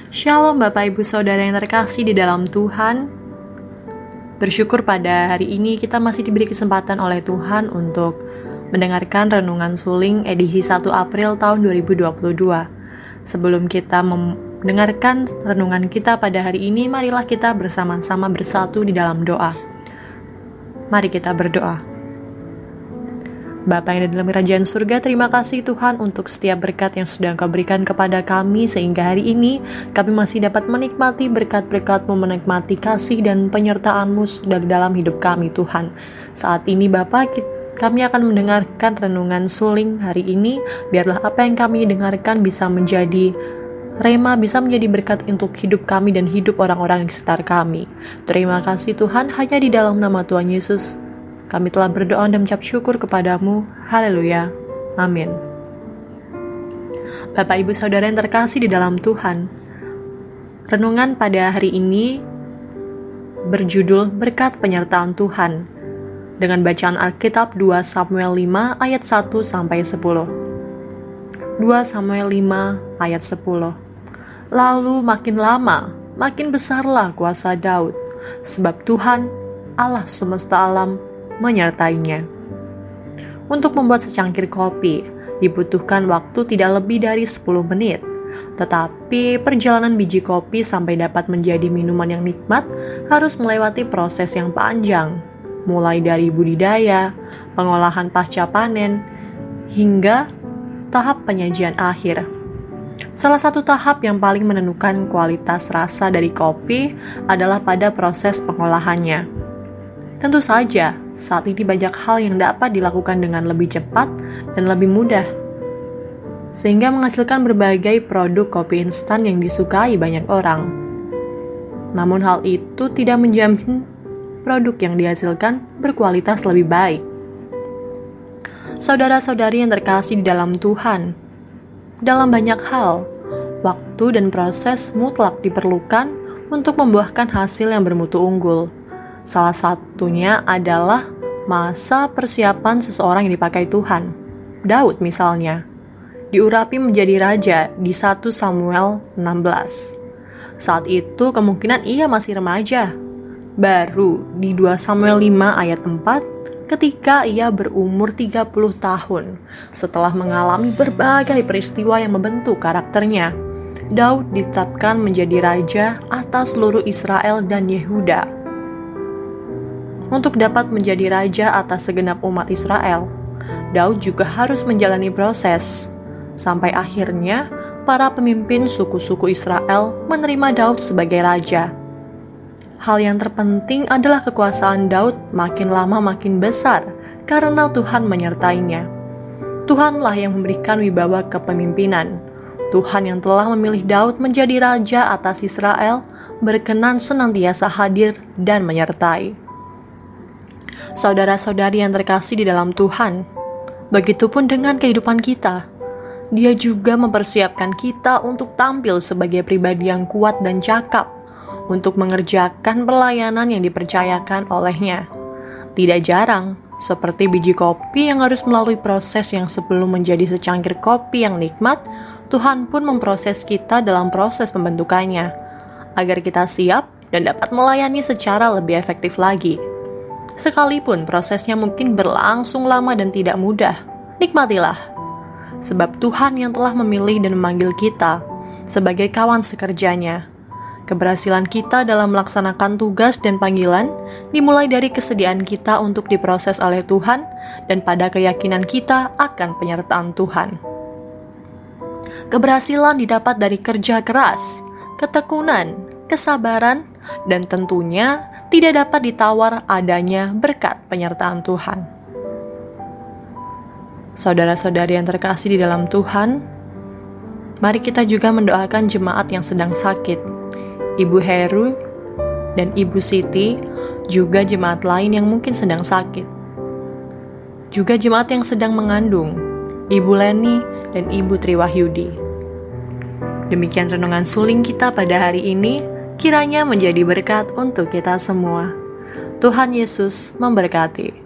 Shalom Bapak Ibu Saudara yang terkasih di dalam Tuhan. Bersyukur pada hari ini kita masih diberi kesempatan oleh Tuhan untuk mendengarkan Renungan Suling edisi 1 April tahun 2022. Sebelum kita mendengarkan renungan kita pada hari ini, marilah kita bersama-sama bersatu di dalam doa. Mari kita berdoa. Bapa yang ada dalam kerajaan surga, terima kasih Tuhan untuk setiap berkat yang sudah Engkau berikan kepada kami, sehingga hari ini kami masih dapat menikmati berkat-berkat-Mu, menikmati kasih dan penyertaan-Mu dari dalam hidup kami Tuhan. Saat ini Bapa, kami akan mendengarkan renungan suling hari ini. Biarlah apa yang kami dengarkan bisa menjadi rema, bisa menjadi berkat untuk hidup kami dan hidup orang-orang di sekitar kami. Terima kasih Tuhan, hanya di dalam nama Tuhan Yesus kami telah berdoa dan mengucap syukur kepadamu. Haleluya. Amin. Bapak Ibu Saudara yang terkasih di dalam Tuhan, renungan pada hari ini berjudul Berkat Penyertaan Tuhan, dengan bacaan Alkitab 2 Samuel 5 ayat 1-10. 2 Samuel 5 ayat 10. Lalu makin lama, makin besarlah kuasa Daud, sebab Tuhan, Allah semesta alam, menyertainya. Untuk membuat secangkir kopi dibutuhkan waktu tidak lebih dari 10 menit. Tetapi perjalanan biji kopi sampai dapat menjadi minuman yang nikmat harus melewati proses yang panjang, mulai dari budidaya, pengolahan pasca panen, hingga tahap penyajian akhir. Salah satu tahap yang paling menentukan kualitas rasa dari kopi adalah pada proses pengolahannya. Tentu saja, saat ini banyak hal yang dapat dilakukan dengan lebih cepat dan lebih mudah, sehingga menghasilkan berbagai produk kopi instan yang disukai banyak orang. Namun hal itu tidak menjamin produk yang dihasilkan berkualitas lebih baik. Saudara-saudari yang terkasih di dalam Tuhan, dalam banyak hal, waktu dan proses mutlak diperlukan untuk membuahkan hasil yang bermutu unggul. Salah satunya adalah masa persiapan seseorang yang dipakai Tuhan. Daud misalnya, diurapi menjadi raja di 1 Samuel 16. Saat itu kemungkinan ia masih remaja. Baru di 2 Samuel 5 ayat 4, ketika ia berumur 30 tahun, setelah mengalami berbagai peristiwa yang membentuk karakternya, Daud ditetapkan menjadi raja atas seluruh Israel dan Yehuda. Untuk dapat menjadi raja atas segenap umat Israel, Daud juga harus menjalani proses. Sampai akhirnya, para pemimpin suku-suku Israel menerima Daud sebagai raja. Hal yang terpenting adalah kekuasaan Daud makin lama makin besar karena Tuhan menyertainya. Tuhanlah yang memberikan wibawa kepemimpinan. Tuhan yang telah memilih Daud menjadi raja atas Israel berkenan senantiasa hadir dan menyertai. Saudara-saudari yang terkasih di dalam Tuhan, begitupun dengan kehidupan kita. Dia juga mempersiapkan kita untuk tampil sebagai pribadi yang kuat dan cakap, untuk mengerjakan pelayanan yang dipercayakan olehnya. Tidak jarang, seperti biji kopi yang harus melalui proses yang sebelum menjadi secangkir kopi yang nikmat, Tuhan pun memproses kita dalam proses pembentukannya, agar kita siap dan dapat melayani secara lebih efektif lagi. Sekalipun prosesnya mungkin berlangsung lama dan tidak mudah, nikmatilah. Sebab Tuhan yang telah memilih dan memanggil kita sebagai kawan sekerjanya. Keberhasilan kita dalam melaksanakan tugas dan panggilan dimulai dari kesediaan kita untuk diproses oleh Tuhan dan pada keyakinan kita akan penyertaan Tuhan. Keberhasilan didapat dari kerja keras, ketekunan, kesabaran, dan tentunya tidak dapat ditawar adanya berkat penyertaan Tuhan. Saudara-saudari yang terkasih di dalam Tuhan, mari kita juga mendoakan jemaat yang sedang sakit, Ibu Heru dan Ibu Siti, juga jemaat lain yang mungkin sedang sakit. Juga jemaat yang sedang mengandung, Ibu Leni dan Ibu Triwahyudi. Demikian renungan suling kita pada hari ini. Kiranya menjadi berkat untuk kita semua. Tuhan Yesus memberkati.